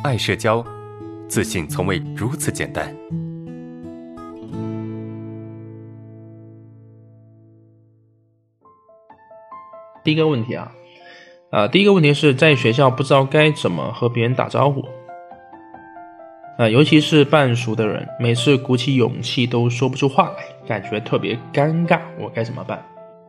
爱社交，自信从未如此简单。 第一个问题第一个问题是在学校不知道该怎么和别人打招呼。尤其是半熟的人，每次鼓起勇气都说不出话来，感觉特别尴尬，我该怎么办？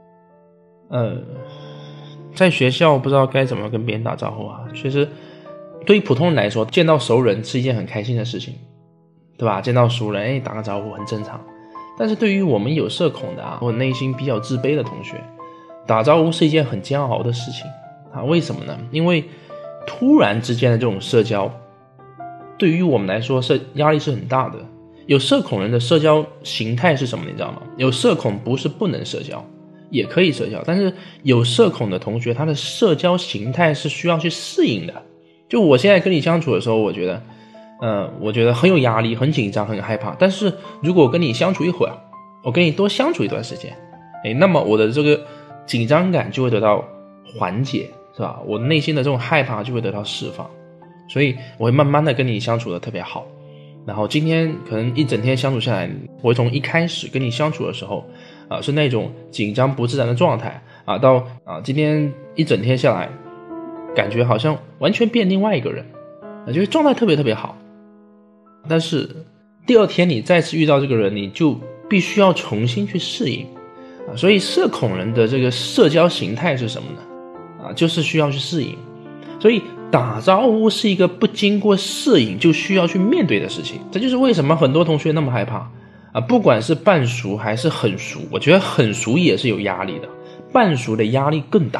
在学校不知道该怎么跟别人打招呼其实对于普通人来说，见到熟人是一件很开心的事情，对吧？见到熟人打个招呼很正常。但是对于我们有社恐的或内心比较自卑的同学，打招呼是一件很煎熬的事情为什么呢？因为突然之间的这种社交对于我们来说压力是很大的。有社恐人的社交形态是什么你知道吗？有社恐不是不能社交，也可以社交，但是有社恐的同学他的社交形态是需要去适应的。就我现在跟你相处的时候，我觉得很有压力，很紧张，很害怕。但是如果我跟你相处一会儿，我跟你多相处一段时间那么我的这个紧张感就会得到缓解，是吧？我内心的这种害怕就会得到释放，所以我会慢慢的跟你相处的特别好。然后今天可能一整天相处下来，我会从一开始跟你相处的时候是那种紧张不自然的状态到今天一整天下来，感觉好像完全变另外一个人就是状态特别特别好。但是第二天你再次遇到这个人，你就必须要重新去适应所以社恐人的这个社交形态是什么呢就是需要去适应。所以打招呼是一个不经过适应就需要去面对的事情。这就是为什么很多同学那么害怕不管是半熟还是很熟，我觉得很熟也是有压力的，半熟的压力更大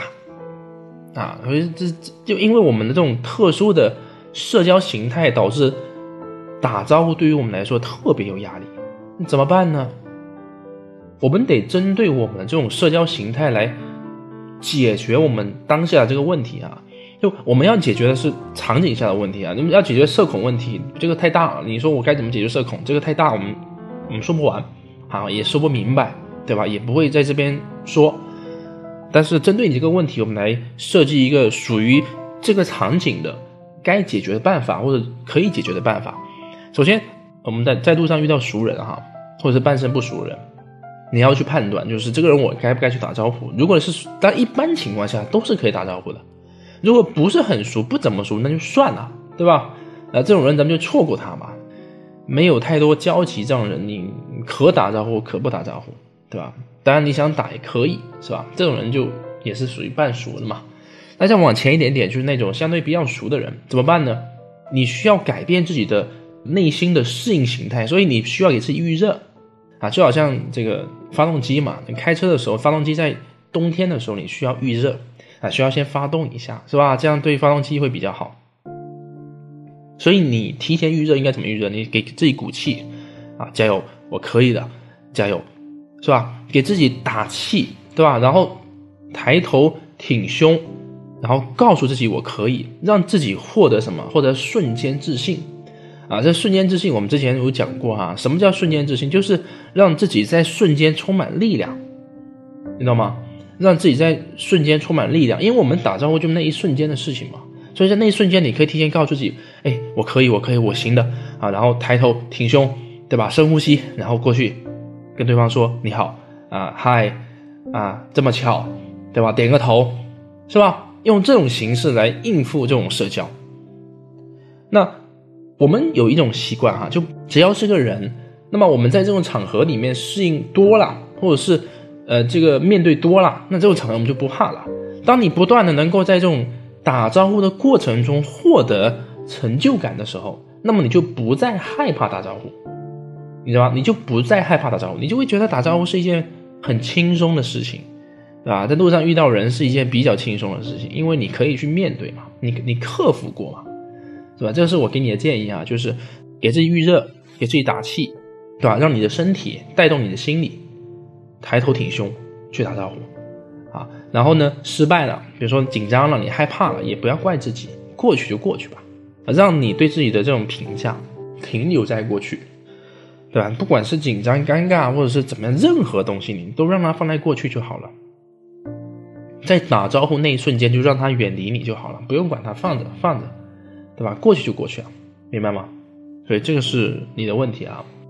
就因为我们的这种特殊的社交形态，导致打招呼对于我们来说特别有压力。怎么办呢？我们得针对我们的这种社交形态来解决我们当下的这个问题就我们要解决的是场景下的问题你们要解决社恐问题，这个太大了，你说我该怎么解决社恐，这个太大，我们说不完也说不明白，对吧？也不会在这边说。但是针对你这个问题，我们来设计一个属于这个场景的该解决的办法，或者可以解决的办法。首先我们在路上遇到熟人或者是半生不熟人，你要去判断就是这个人我该不该去打招呼。如果是但一般情况下都是可以打招呼的，如果不是很熟，不怎么熟，那就算了，对吧？这种人咱们就错过他嘛。没有太多交集这样的人，你可打招呼可不打招呼，对吧？当然你想打也可以，是吧？这种人就也是属于半熟的嘛。那再往前一点点，就是那种相对比较熟的人，怎么办呢？你需要改变自己的内心的适应形态，所以你需要给自己预热就好像这个发动机嘛，你开车的时候，发动机在冬天的时候你需要预热需要先发动一下，是吧？这样对发动机会比较好。所以你提前预热应该怎么预热？你给自己鼓气加油，我可以的，加油，是吧？给自己打气，对吧？然后抬头挺胸，然后告诉自己我可以，让自己获得什么？获得瞬间自信这瞬间自信我们之前有讲过什么叫瞬间自信？就是让自己在瞬间充满力量，你知道吗？让自己在瞬间充满力量，因为我们打招呼就那一瞬间的事情嘛，所以在那一瞬间你可以提前告诉自己我可以，我行的然后抬头挺胸，对吧？深呼吸，然后过去跟对方说你好嗨这么巧，对吧？点个头，是吧？用这种形式来应付这种社交。那我们有一种习惯就只要是个人，那么我们在这种场合里面适应多了，或者是这个面对多了，那这种场合我们就不怕了。当你不断的能够在这种打招呼的过程中获得成就感的时候，那么你就不再害怕打招呼，你知道吗？你就不再害怕打招呼，你就会觉得打招呼是一件很轻松的事情，对吧？在路上遇到人是一件比较轻松的事情，因为你可以去面对嘛，你克服过嘛，是吧？这是我给你的建议就是给自己预热，给自己打气，对吧？让你的身体带动你的心理，抬头挺胸去打招呼然后呢，失败了，比如说紧张了，你害怕了，也不要怪自己，过去就过去吧让你对自己的这种评价停留在过去，对吧？不管是紧张尴尬或者是怎么样，任何东西你都让它放在过去就好了。在打招呼那一瞬间就让它远离你就好了，不用管它，放着对吧？过去就过去了，明白吗？所以这个是你的问题啊。